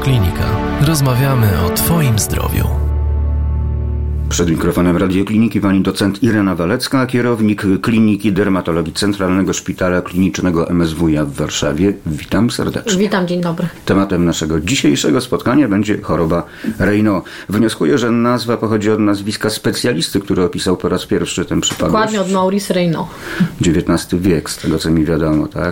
Radioklinika. Rozmawiamy o Twoim zdrowiu. Przed mikrofonem Radiokliniki pani docent Irena Walecka, kierownik Kliniki Dermatologii Centralnego Szpitala Klinicznego MSWiA w Warszawie. Witam serdecznie. Witam, dzień dobry. Tematem naszego dzisiejszego spotkania będzie choroba Raynaud. Wnioskuję, że nazwa pochodzi od nazwiska specjalisty, który opisał po raz pierwszy ten przypadek. Dokładnie, od Maurice Raynaud. XIX wiek, z tego co mi wiadomo, tak?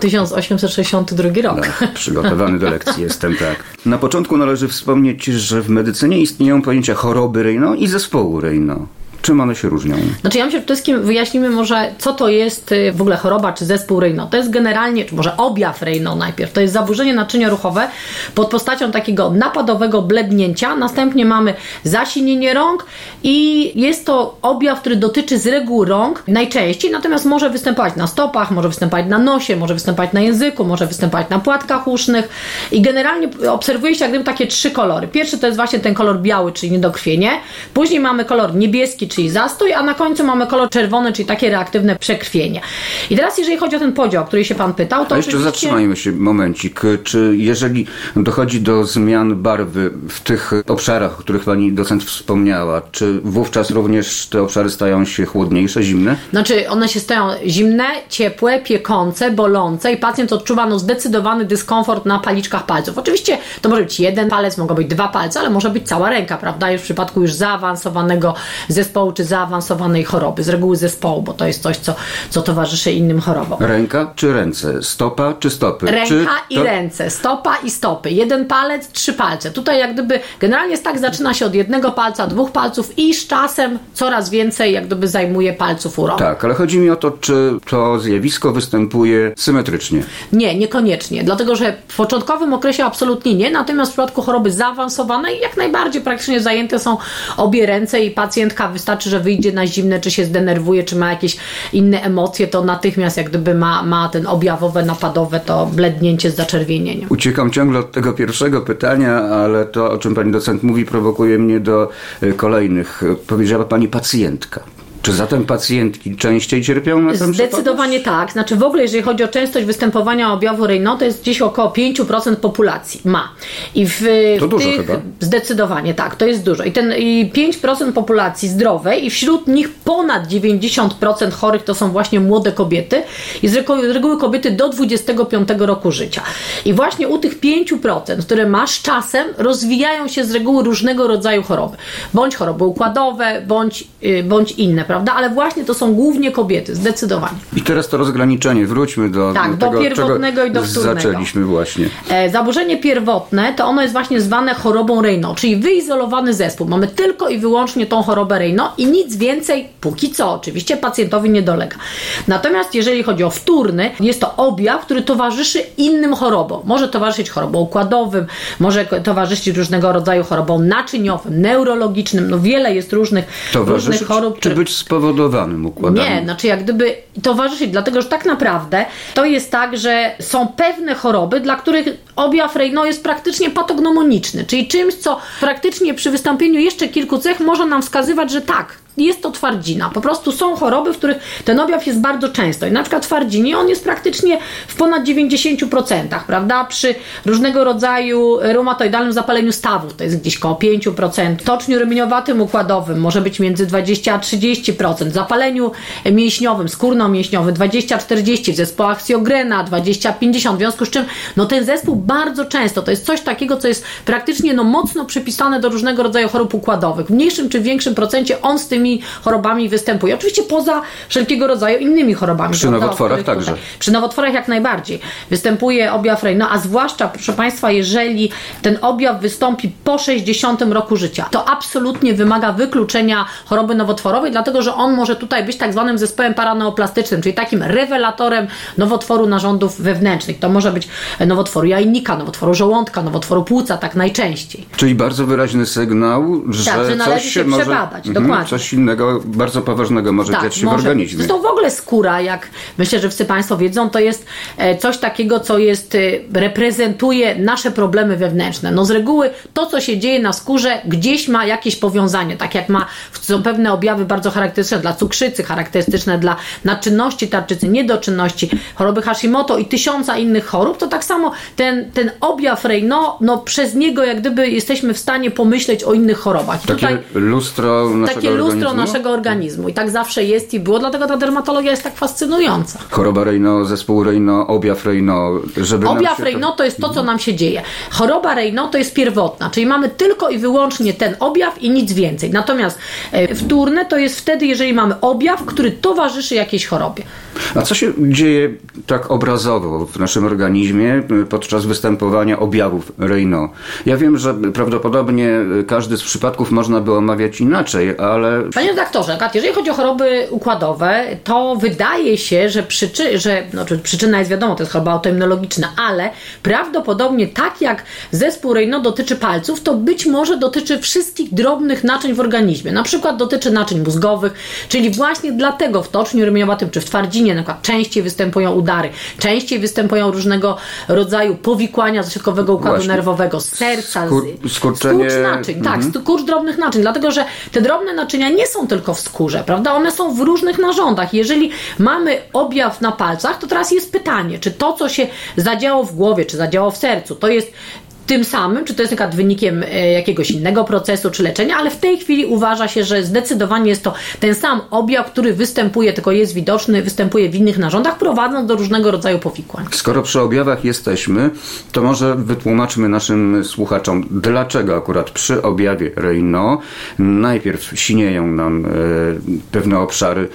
1862 rok. Tak, przygotowany do lekcji jestem, tak. Na początku należy wspomnieć, że w medycynie istnieją pojęcia choroby Raynaud i zespołu Raynaud. Czym one się różnią? Znaczy ja myślę, że przede wszystkim wyjaśnimy może, co to jest w ogóle choroba czy zespół Raynaud. To jest generalnie, czy może objaw Raynaud najpierw. To jest zaburzenie naczynia ruchowe pod postacią takiego napadowego blednięcia. Następnie mamy zasinienie rąk i jest to objaw, który dotyczy z reguły rąk najczęściej, natomiast może występować na stopach, może występować na nosie, może występować na języku, może występować na płatkach usznych i generalnie obserwuje się jak gdyby takie trzy kolory. Pierwszy to jest właśnie ten kolor biały, czyli niedokrwienie. Później mamy kolor niebieski, czyli zastój, a na końcu mamy kolor czerwony, czyli takie reaktywne przekrwienie. I teraz jeżeli chodzi o ten podział, o który się pan pytał, to a jeszcze zatrzymajmy się momencik. Czy jeżeli dochodzi do zmian barwy w tych obszarach, o których pani docent wspomniała, czy wówczas również te obszary stają się chłodniejsze, zimne? Znaczy one się stają zimne, ciepłe, piekące, bolące i pacjent odczuwa zdecydowany dyskomfort na paliczkach palców. Oczywiście to może być jeden palec, mogą być dwa palce, ale może być cała ręka, prawda? Już w przypadku już zaawansowanego zespołu czy zaawansowanej choroby, z reguły zespołu, bo to jest coś, co towarzyszy innym chorobom. Ręka czy ręce? Stopa czy stopy? Ręka i ręce, stopa i stopy. Jeden palec, trzy palce. Tutaj jak gdyby generalnie jest tak, zaczyna się od jednego palca, dwóch palców i z czasem coraz więcej jak gdyby zajmuje palców u rąk. Tak, ale chodzi mi o to, czy to zjawisko występuje symetrycznie. Nie, niekoniecznie, dlatego że w początkowym okresie absolutnie nie, natomiast w przypadku choroby zaawansowanej jak najbardziej praktycznie zajęte są obie ręce i pacjentka wystarczy, że wyjdzie na zimne, czy się zdenerwuje, czy ma jakieś inne emocje, to natychmiast jak gdyby ma ten objawowe, napadowe, to blednięcie z zaczerwienieniem. Uciekam ciągle od tego pierwszego pytania, ale to, o czym pani docent mówi, prowokuje mnie do kolejnych. Powiedziała pani pacjentka. Czy zatem pacjentki częściej cierpią na ten Zdecydowanie tak. Znaczy w ogóle, jeżeli chodzi o częstość występowania objawu Raynaud, to jest gdzieś około 5% populacji ma. I to dużo chyba. Zdecydowanie tak, to jest dużo. I 5% populacji zdrowej i wśród nich ponad 90% chorych to są właśnie młode kobiety i z reguły kobiety do 25 roku życia. I właśnie u tych 5%, które ma z czasem rozwijają się z reguły różnego rodzaju choroby. Bądź choroby układowe, bądź inne, prawda? Ale właśnie to są głównie kobiety, zdecydowanie. I teraz to rozgraniczenie, wróćmy do tego, do pierwotnego i do wtórnego. Zaczęliśmy właśnie. Zaburzenie pierwotne, to ono jest właśnie zwane chorobą Raynaud, czyli wyizolowany zespół. Mamy tylko i wyłącznie tą chorobę Raynaud i nic więcej, póki co oczywiście, pacjentowi nie dolega. Natomiast jeżeli chodzi o wtórny, jest to objaw, który towarzyszy innym chorobom. Może towarzyszyć chorobom układowym, może towarzyszyć różnego rodzaju chorobom naczyniowym, neurologicznym, wiele jest różnych chorób. Czy być spowodowanym układem? Nie, znaczy jak gdyby towarzyszyć, dlatego że tak naprawdę to jest tak, że są pewne choroby, dla których objaw Raynaud jest praktycznie patognomoniczny, czyli czymś, co praktycznie przy wystąpieniu jeszcze kilku cech może nam wskazywać, że tak, jest to twardzina. Po prostu są choroby, w których ten objaw jest bardzo często. I na przykład twardzinie on jest praktycznie w ponad 90%, prawda? Przy różnego rodzaju reumatoidalnym zapaleniu stawów to jest gdzieś koło 5%. Toczniu ramieniowatym układowym może być między 20 a 30%. Zapaleniu mięśniowym, skórno-mięśniowym 20-40%. W zespołach Sjogrena 20-50%. W związku z czym ten zespół bardzo często to jest coś takiego, co jest praktycznie mocno przypisane do różnego rodzaju chorób układowych. W mniejszym czy większym procencie on z tymi chorobami występuje. Oczywiście poza wszelkiego rodzaju innymi chorobami. Przy nowotworach także. Przy nowotworach jak najbardziej występuje objaw Raynaud, a zwłaszcza, proszę Państwa, jeżeli ten objaw wystąpi po 60 roku życia, to absolutnie wymaga wykluczenia choroby nowotworowej, dlatego że on może tutaj być tak zwanym zespołem paraneoplastycznym, czyli takim rewelatorem nowotworu narządów wewnętrznych. To może być nowotworu jajnika, nowotworu żołądka, nowotworu płuca, tak najczęściej. Czyli bardzo wyraźny sygnał, że należy coś się przebadać. Dokładnie. Coś coś innego, bardzo poważnego może dziać się w organizmie. Zresztą w ogóle skóra, jak myślę, że wszyscy Państwo wiedzą, to jest coś takiego, co reprezentuje nasze problemy wewnętrzne. No z reguły to, co się dzieje na skórze, gdzieś ma jakieś powiązanie, tak jak są pewne objawy bardzo charakterystyczne dla cukrzycy, charakterystyczne dla nadczynności tarczycy, niedoczynności, choroby Hashimoto i tysiąca innych chorób, to tak samo ten objaw Raynaud, no przez niego jak gdyby jesteśmy w stanie pomyśleć o innych chorobach. I takie lustro naszego organizmu. I tak zawsze jest i było, dlatego ta dermatologia jest tak fascynująca. Choroba Raynaud, zespół Raynaud, objaw Raynaud. Objaw Raynaud to jest to, co nam się dzieje. Choroba Raynaud to jest pierwotna, czyli mamy tylko i wyłącznie ten objaw i nic więcej. Natomiast wtórne to jest wtedy, jeżeli mamy objaw, który towarzyszy jakiejś chorobie. A co się dzieje tak obrazowo w naszym organizmie podczas występowania objawów Raynaud? Ja wiem, że prawdopodobnie każdy z przypadków można by omawiać inaczej, ale... Panie redaktorze, jeżeli chodzi o choroby układowe, to wydaje się, że przyczyna jest wiadomo, to jest choroba autoimmunologiczna, ale prawdopodobnie tak jak zespół Raynaud dotyczy palców, to być może dotyczy wszystkich drobnych naczyń w organizmie. Na przykład dotyczy naczyń mózgowych, czyli właśnie dlatego w toczniu ramienowatym czy w twardzinie na przykład częściej występują udary, częściej występują różnego rodzaju powikłania ze środkowego układu nerwowego, z serca, skurcz naczyń, skurcz drobnych naczyń, dlatego że te drobne naczynia nie są tylko w skórze, prawda? One są w różnych narządach. Jeżeli mamy objaw na palcach, to teraz jest pytanie, czy to, co się zadziało w głowie, czy zadziało w sercu, to jest tym samym, czy to jest na przykład wynikiem jakiegoś innego procesu, czy leczenia, ale w tej chwili uważa się, że zdecydowanie jest to ten sam objaw, który występuje, tylko jest widoczny, występuje w innych narządach, prowadząc do różnego rodzaju powikłań. Skoro przy objawach jesteśmy, to może wytłumaczmy naszym słuchaczom, dlaczego akurat przy objawie Raynaud najpierw sinieją nam pewne obszary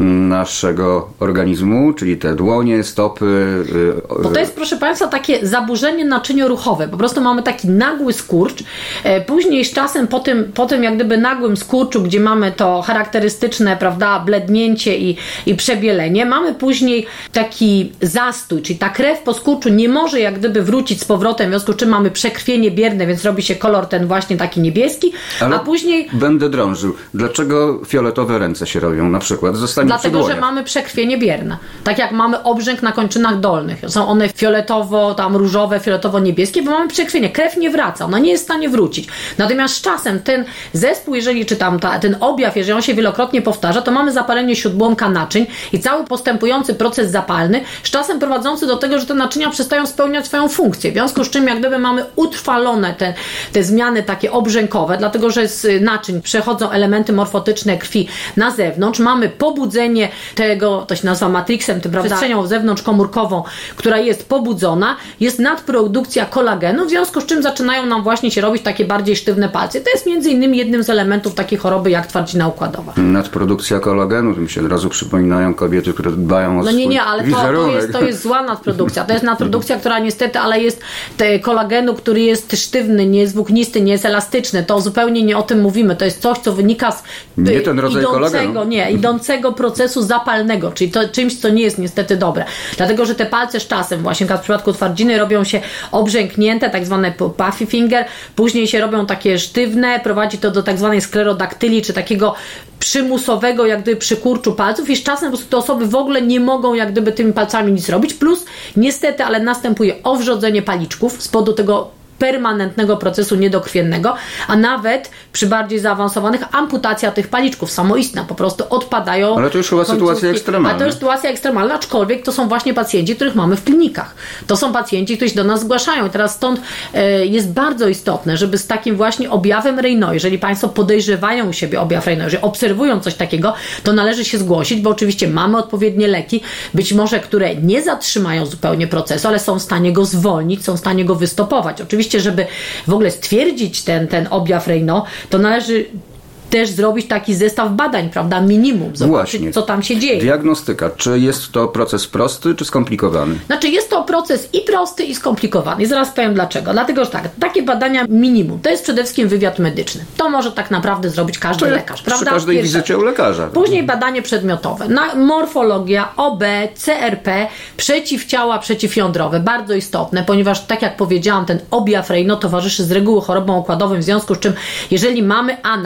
naszego organizmu, czyli te dłonie, stopy. Bo to jest, proszę Państwa, takie zaburzenie naczynioruchowe. Po prostu mamy taki nagły skurcz. Później z czasem po tym jak gdyby nagłym skurczu, gdzie mamy to charakterystyczne, prawda, blednięcie i przebielenie, mamy później taki zastój, czyli ta krew po skurczu nie może jak gdyby wrócić z powrotem, w związku z czym mamy przekrwienie bierne, więc robi się kolor ten właśnie taki niebieski, ale a później... Będę drążył. Dlaczego fioletowe ręce się robią na przykład? Dlatego, że mamy przekrwienie bierne. Tak jak mamy obrzęk na kończynach dolnych. Są one fioletowo, tam różowe, fioletowo-niebieskie, bo mamy przekrwienie. Krew nie wraca, ona nie jest w stanie wrócić. Natomiast z czasem ten zespół, jeżeli czytam ten objaw, jeżeli on się wielokrotnie powtarza, to mamy zapalenie śródbłonka naczyń i cały postępujący proces zapalny, z czasem prowadzący do tego, że te naczynia przestają spełniać swoją funkcję. W związku z czym jak gdyby mamy utrwalone te zmiany takie obrzękowe, dlatego że z naczyń przechodzą elementy morfotyczne krwi na zewnątrz, mamy pobudzenie tego, to się nazywa matrixem, tym przestrzenią zewnątrzkomórkową, która jest pobudzona, jest nadprodukcja kolagenu, w związku z czym zaczynają nam właśnie się robić takie bardziej sztywne palce. To jest między innymi jednym z elementów takiej choroby jak twardździna układowa. Nadprodukcja kolagenu, to mi się od razu przypominają kobiety, które dbają o swój nie, ale to jest zła nadprodukcja. To jest nadprodukcja, która niestety, ale jest kolagenu, który jest sztywny, nie jest włóknisty, nie jest elastyczny. To zupełnie nie o tym mówimy. To jest coś, co wynika z nie ten rodzaj kolagenu. idącego procesu zapalnego, czyli to czymś, co nie jest niestety dobre. Dlatego, że te palce z czasem, właśnie w przypadku twardziny, robią się obrzęknięte, tak zwane puffy finger, później się robią takie sztywne, prowadzi to do tak zwanej sklerodaktylii, czy takiego przymusowego jak gdyby przykurczu palców i z czasem po prostu te osoby w ogóle nie mogą jak gdyby tymi palcami nic robić, plus niestety, ale następuje owrzodzenie paliczków z powodu tego permanentnego procesu niedokrwiennego, a nawet przy bardziej zaawansowanych amputacja tych paliczków samoistna, po prostu odpadają. Ale to już chyba sytuacja ekstremalna. Ale to już sytuacja ekstremalna, aczkolwiek to są właśnie pacjenci, których mamy w klinikach. To są pacjenci, którzy się do nas zgłaszają. I teraz stąd jest bardzo istotne, żeby z takim właśnie objawem Raynaud, jeżeli Państwo podejrzewają u siebie objaw Raynaud, jeżeli obserwują coś takiego, to należy się zgłosić, bo oczywiście mamy odpowiednie leki, być może które nie zatrzymają zupełnie procesu, ale są w stanie go zwolnić, są w stanie go wystopować. Oczywiście, żeby w ogóle stwierdzić ten objaw Raynaud, to należy też zrobić taki zestaw badań, prawda, minimum, zobaczyć, co tam się dzieje. Diagnostyka, czy jest to proces prosty, czy skomplikowany? Znaczy jest to proces i prosty, i skomplikowany. I zaraz powiem dlaczego. Dlatego, że tak, takie badania minimum, to jest przede wszystkim wywiad medyczny. To może tak naprawdę zrobić każdy lekarz, prawda? Przy każdej wizycie u lekarza. Później badanie przedmiotowe, morfologia, OB, CRP, przeciwciała przeciwjądrowe, bardzo istotne, ponieważ tak jak powiedziałam, ten objaw Raynaud towarzyszy z reguły chorobom układowym, w związku z czym jeżeli mamy ANA i one nam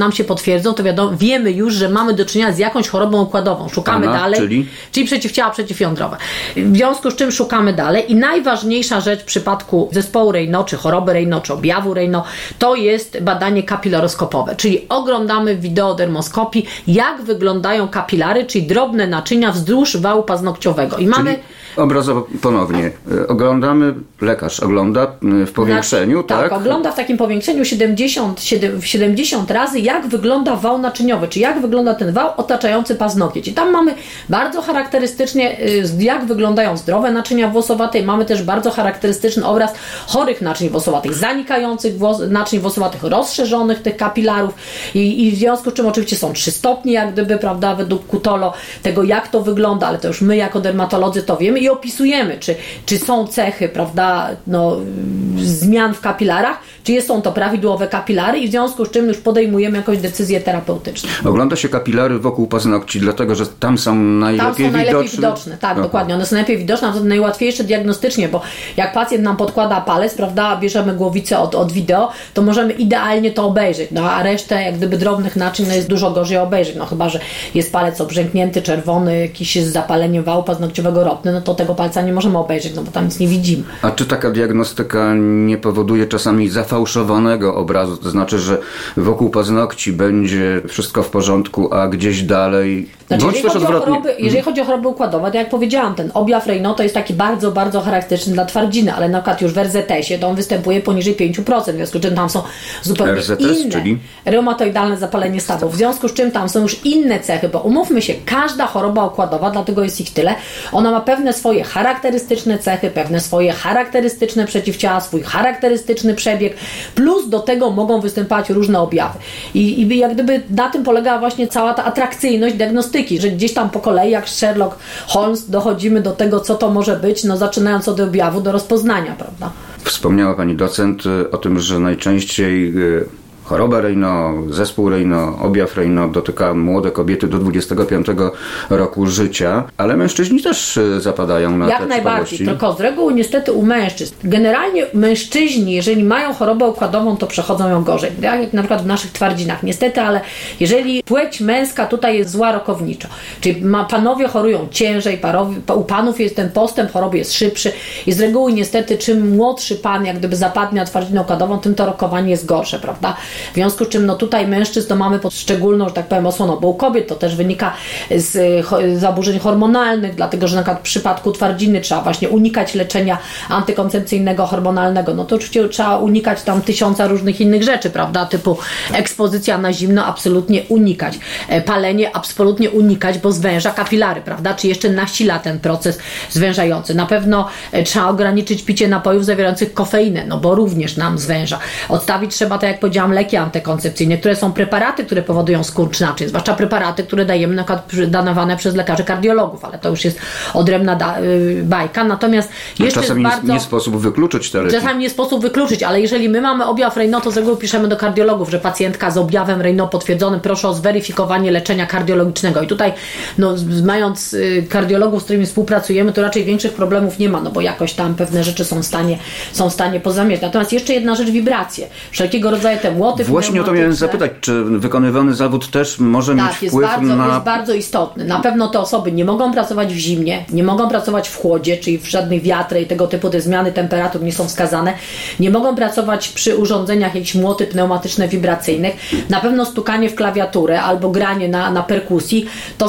nam się potwierdzą, to wiemy już, że mamy do czynienia z jakąś chorobą układową. Szukamy dalej, czyli przeciwciała przeciwjądrowe. W związku z czym szukamy dalej i najważniejsza rzecz w przypadku zespołu Raynaud, czy choroby Raynaud, czy objawu Raynaud, to jest badanie kapilaroskopowe, czyli oglądamy w wideodermoskopii, jak wyglądają kapilary, czyli drobne naczynia wzdłuż wału paznokciowego. I mamy... Obrazowo ponownie. Oglądamy, lekarz ogląda w powiększeniu, tak? Tak, ogląda w takim powiększeniu 70 razy, jak wygląda wał naczyniowy, czy jak wygląda ten wał otaczający paznokieć. I tam mamy bardzo charakterystycznie, jak wyglądają zdrowe naczynia włosowate i mamy też bardzo charakterystyczny obraz chorych naczyń włosowatych, zanikających naczyń włosowatych, rozszerzonych tych kapilarów i w związku z czym oczywiście są 3 stopnie, jak gdyby, prawda, według Kutolo, tego jak to wygląda, ale to już my jako dermatolodzy to wiemy i opisujemy, czy są cechy, prawda, zmian w kapilarach, czy są to prawidłowe kapilary i w związku z czym już podejmujemy jakąś decyzję terapeutyczną. Ogląda się kapilary wokół paznokci, dlatego że tam są najlepiej widoczne. Tak, dokładnie. One są najlepiej widoczne, a to najłatwiejsze diagnostycznie, bo jak pacjent nam podkłada palec, prawda, bierzemy głowicę od wideo, to możemy idealnie to obejrzeć, a resztę jak gdyby drobnych naczyń jest dużo gorzej obejrzeć, chyba że jest palec obrzęknięty, czerwony, jakiś z zapaleniem wału paznokciowego ropny, to tego palca nie możemy obejrzeć, bo tam nic nie widzimy. A czy taka diagnostyka nie powoduje czasami zafałszowanego obrazu? To znaczy, że wokół paznokci będzie wszystko w porządku, a gdzieś dalej... Jeżeli chodzi o choroby układowe, to jak powiedziałam, ten objaw Raynaud to jest taki bardzo, bardzo charakterystyczny dla twardziny, ale na przykład już w RZS-ie to on występuje poniżej 5%, w związku z czym tam są zupełnie inne, czyli reumatoidalne zapalenie stawów, w związku z czym tam są już inne cechy, bo umówmy się, każda choroba układowa, dlatego jest ich tyle, ona ma pewne swoje charakterystyczne cechy, pewne swoje charakterystyczne przeciwciała, swój charakterystyczny przebieg, plus do tego mogą występować różne objawy. I jak gdyby na tym polega właśnie cała ta atrakcyjność diagnostyki, że gdzieś tam po kolei, jak Sherlock Holmes, dochodzimy do tego, co to może być, zaczynając od objawu do rozpoznania, prawda? Wspomniała pani docent o tym, że najczęściej choroba Raynaud, zespół Raynaud, objaw Raynaud dotyka młode kobiety do 25 roku życia, ale mężczyźni też zapadają na te przypadłości. Jak najbardziej, tylko z reguły niestety u mężczyzn. Generalnie mężczyźni, jeżeli mają chorobę układową, to przechodzą ją gorzej. Jak na przykład w naszych twardzinach. Niestety, ale jeżeli płeć męska tutaj jest zła rokowniczo, czyli panowie chorują ciężej, u panów jest ten postęp choroby jest szybszy i z reguły niestety czym młodszy pan jak gdyby zapadnie na twardzinę układową, tym to rokowanie jest gorsze, prawda? W związku z czym tutaj mężczyzn to mamy pod szczególną, że tak powiem, osłoną, bo u kobiet to też wynika z zaburzeń hormonalnych, dlatego że na przykład w przypadku twardziny trzeba właśnie unikać leczenia antykoncepcyjnego, hormonalnego, to oczywiście trzeba unikać tam 1000 różnych innych rzeczy, prawda, typu ekspozycja na zimno, absolutnie unikać, palenie absolutnie unikać, bo zwęża kapilary, prawda, czy jeszcze nasila ten proces zwężający. Na pewno trzeba ograniczyć picie napojów zawierających kofeinę, bo również nam zwęża. Odstawić trzeba, tak jak powiedziałam, leki antykoncepcyjne, które są preparaty, które powodują skurcz naczyń, zwłaszcza preparaty, które dajemy na przykład danowane przez lekarzy kardiologów, ale to już jest odrębna bajka. Natomiast jeszcze czasami nie sposób wykluczyć te leki. Czasami nie sposób wykluczyć, ale jeżeli my mamy objaw Raynaud, to z reguły piszemy do kardiologów, że pacjentka z objawem Raynaud potwierdzonym, proszę o zweryfikowanie leczenia kardiologicznego. I tutaj, mając kardiologów, z którymi współpracujemy, to raczej większych problemów nie ma, bo jakoś tam pewne rzeczy są w stanie pozamieć. Natomiast jeszcze jedna rzecz, wibracje. Wszelkiego rodzaju te młoty. Właśnie o to miałem zapytać, czy wykonywany zawód też może mieć wpływ na... jest bardzo istotny. Na pewno te osoby nie mogą pracować w zimnie, nie mogą pracować w chłodzie, czyli w żadnej wiatrze i tego typu te zmiany temperatur nie są wskazane. Nie mogą pracować przy urządzeniach jakichś młoty pneumatyczne, wibracyjnych. Na pewno stukanie w klawiaturę albo granie na perkusji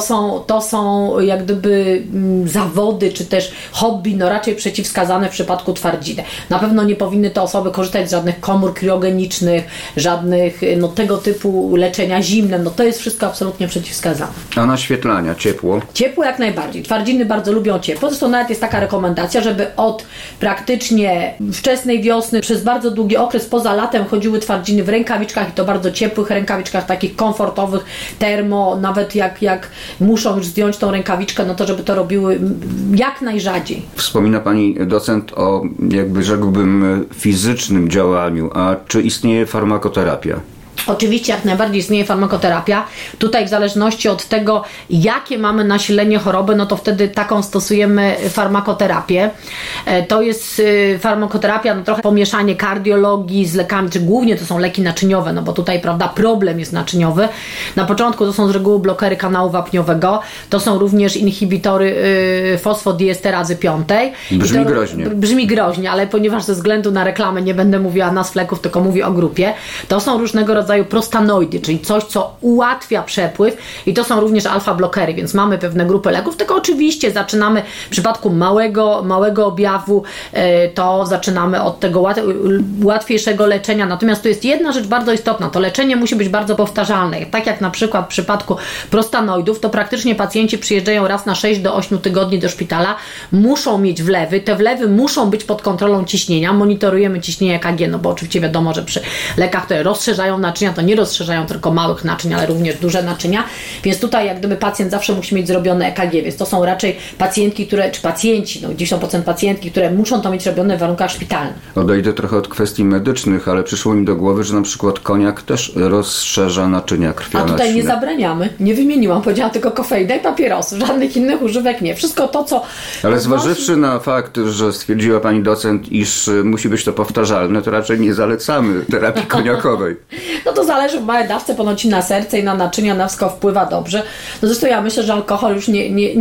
to są jak gdyby zawody, czy też hobby, raczej przeciwwskazane w przypadku twardziny. Na pewno nie powinny te osoby korzystać z żadnych komór kriogenicznych, żadnych tego typu leczenia zimnem, to jest wszystko absolutnie przeciwwskazane. A naświetlania, ciepło? Ciepło jak najbardziej. Twardziny bardzo lubią ciepło. Zresztą nawet jest taka rekomendacja, żeby od praktycznie wczesnej wiosny przez bardzo długi okres poza latem chodziły twardziny w rękawiczkach i to bardzo ciepłych rękawiczkach, takich komfortowych, termo, nawet jak muszą już zdjąć tą rękawiczkę, to żeby to robiły jak najrzadziej. Wspomina pani docent o, jakby rzekłbym, fizycznym działaniu, a czy istnieje farmakoterapia? Oczywiście jak najbardziej istnieje farmakoterapia. Tutaj w zależności od tego, jakie mamy nasilenie choroby, no to wtedy taką stosujemy farmakoterapię. To jest farmakoterapia, no trochę pomieszanie kardiologii z lekami, czy głównie to są leki naczyniowe, no bo tutaj, prawda, problem jest naczyniowy. Na początku to są z reguły blokery kanału wapniowego, to są również inhibitory fosfodiesterazy 5. Brzmi groźnie. Brzmi groźnie, ale ponieważ ze względu na reklamę nie będę mówiła nazw leków, tylko mówię o grupie, to są różnego rodzaju prostanoidy, czyli coś, co ułatwia przepływ i to są również alfa-blokery, więc mamy pewne grupy leków, tylko oczywiście zaczynamy w przypadku małego objawu, to zaczynamy od tego łatwiejszego leczenia, natomiast tu jest jedna rzecz bardzo istotna, to leczenie musi być bardzo powtarzalne, tak jak na przykład w przypadku prostanoidów, to praktycznie pacjenci przyjeżdżają raz na 6 do 8 tygodni do szpitala, muszą mieć wlewy, te wlewy muszą być pod kontrolą ciśnienia, monitorujemy ciśnienie EKG, no bo oczywiście wiadomo, że przy lekach, które rozszerzają naczynia, to nie rozszerzają tylko małych naczyń, ale również duże naczynia, więc tutaj jak gdyby pacjent zawsze musi mieć zrobione EKG, więc to są raczej pacjentki, pacjenci, 90% pacjentki, które muszą to mieć robione w warunkach szpitalnych. Odejdę trochę od kwestii medycznych, ale przyszło mi do głowy, że na przykład koniak też rozszerza naczynia krwionośne. A tutaj nie zabraniamy, nie wymieniłam, powiedziałam tylko kofeina i papierosy, żadnych innych używek nie. Wszystko to, co... Ale zważywszy na fakt, że stwierdziła pani docent, iż musi być to powtarzalne, to raczej nie zalecamy terapii koniakowej. No to zależy, w małej dawce ponoć na serce i na naczynia na wszystko wpływa dobrze. No zresztą ja myślę, że alkohol już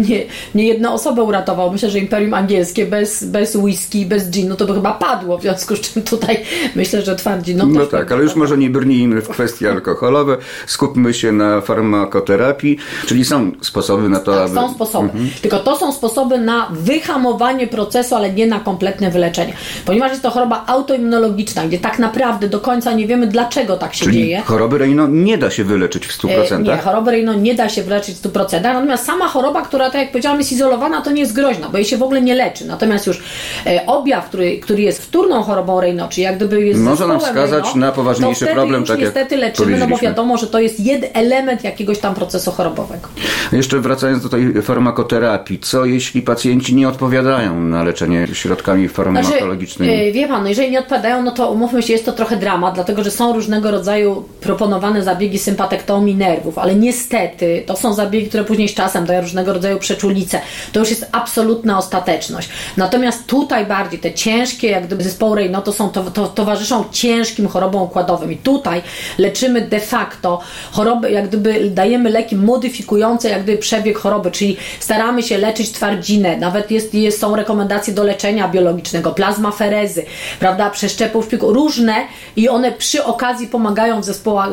nie jedną osobę uratował. Myślę, że Imperium Angielskie bez whisky, bez ginu to by chyba padło, w związku z czym tutaj myślę, że twardziną no tak, ale już może nie brnijmy w kwestie alkoholowe. Skupmy się na farmakoterapii, czyli są sposoby na to, tak, aby... są sposoby. Tylko to są sposoby na wyhamowanie procesu, ale nie na kompletne wyleczenie. Ponieważ jest to choroba autoimmunologiczna, gdzie tak naprawdę do końca nie wiemy, dlaczego tak się dzieje. Choroby Raynaud nie da się wyleczyć w 100%? Nie, choroby Raynaud nie da się wyleczyć w 100%. Natomiast sama choroba, która, tak jak powiedziałam, jest izolowana, to nie jest groźna, bo jej się w ogóle nie leczy. Natomiast już objaw, który jest wtórną chorobą Raynaud, czyli jak gdyby jest może nam wskazać Raynaud, na poważniejszy problem, tak niestety leczymy, no bo wiadomo, że to jest element jakiegoś tam procesu chorobowego. Jeszcze wracając do tej farmakoterapii, co jeśli pacjenci nie odpowiadają na leczenie środkami farmakologicznymi? Wie pan, no jeżeli nie odpowiadają, no to umówmy się, jest to trochę dramat, dlatego że są różnego rodzaju proponowane zabiegi sympatektomii nerwów, ale niestety to są zabiegi, które później z czasem dają różnego rodzaju przeczulice. To już jest absolutna ostateczność. Natomiast tutaj bardziej te ciężkie, jak gdyby zespoły Raynaud, towarzyszą ciężkim chorobom układowym i tutaj leczymy de facto choroby, jak gdyby dajemy leki modyfikujące jak gdyby przebieg choroby, czyli staramy się leczyć twardzinę, nawet są rekomendacje do leczenia biologicznego, plazmaferezy, prawda, przeszczepów szpiku, różne i one przy okazji pomagają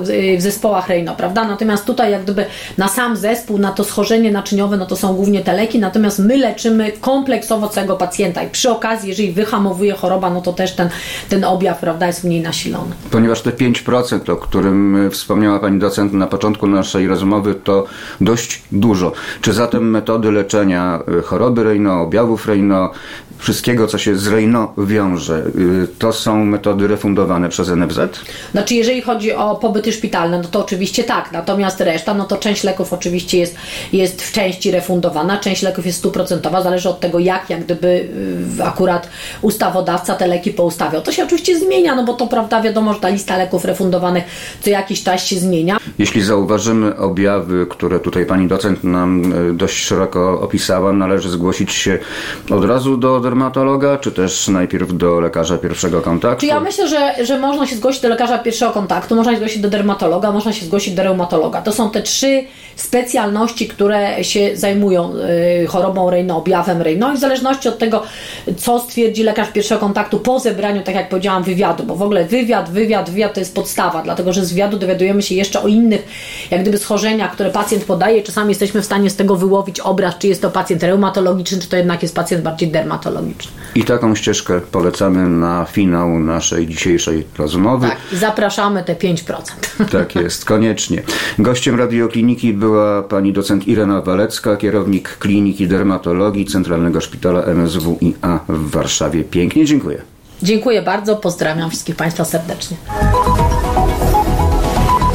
w zespołach Raynaud, prawda, natomiast tutaj jak gdyby na sam zespół, na to schorzenie naczyniowe, no to są głównie te leki, natomiast my leczymy kompleksowo całego pacjenta i przy okazji, jeżeli wyhamowuje choroba, no to też ten objaw, prawda, jest mniej nasilony. Ponieważ te 5%, o którym wspomniała pani docent na początku naszej rozmowy, to dość dużo. Czy zatem metody leczenia choroby Raynaud, objawów Raynaud, wszystkiego, co się z Raynaud wiąże, to są metody refundowane przez NFZ? Znaczy, jeżeli chodzi o pobyty szpitalne, no to oczywiście tak, natomiast reszta, no to część leków oczywiście jest w części refundowana, część leków jest 100%, zależy od tego, jak gdyby akurat ustawodawca te leki poustawiał. To się oczywiście zmienia, no bo to prawda, wiadomo, że ta lista leków refundowanych co jakiś czas się zmienia. Jeśli zauważymy objawy, które tutaj pani docent nam dość szeroko opisała, należy zgłosić się od razu do dermatologa, czy też najpierw do lekarza pierwszego kontaktu? Ja myślę, że można się zgłosić do lekarza pierwszego kontaktu, można się zgłosić do dermatologa, można się zgłosić do reumatologa. To są te 3 specjalności, które się zajmują chorobą Raynaud, objawem Raynaud i w zależności od tego, co stwierdzi lekarz pierwszego kontaktu po zebraniu, tak jak powiedziałam, wywiadu, bo w ogóle wywiad to jest podstawa, dlatego że z wywiadu dowiadujemy się jeszcze o innych jak gdyby schorzeniach, które pacjent podaje, czasami jesteśmy w stanie z tego wyłowić obraz, czy jest to pacjent reumatologiczny, czy to jednak jest pacjent bardziej dermatologiczny. I taką ścieżkę polecamy na finał naszej dzisiejszej rozmowy. Tak, i zapraszamy te 5%. Tak jest, koniecznie. Gościem Radiokliniki była pani docent Irena Walecka, kierownik Kliniki Dermatologii Centralnego Szpitala MSWiA w Warszawie. Pięknie dziękuję. Dziękuję bardzo, pozdrawiam wszystkich Państwa serdecznie.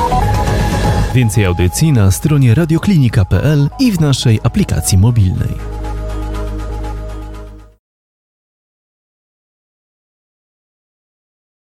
Więcej audycji na stronie radioklinika.pl i w naszej aplikacji mobilnej.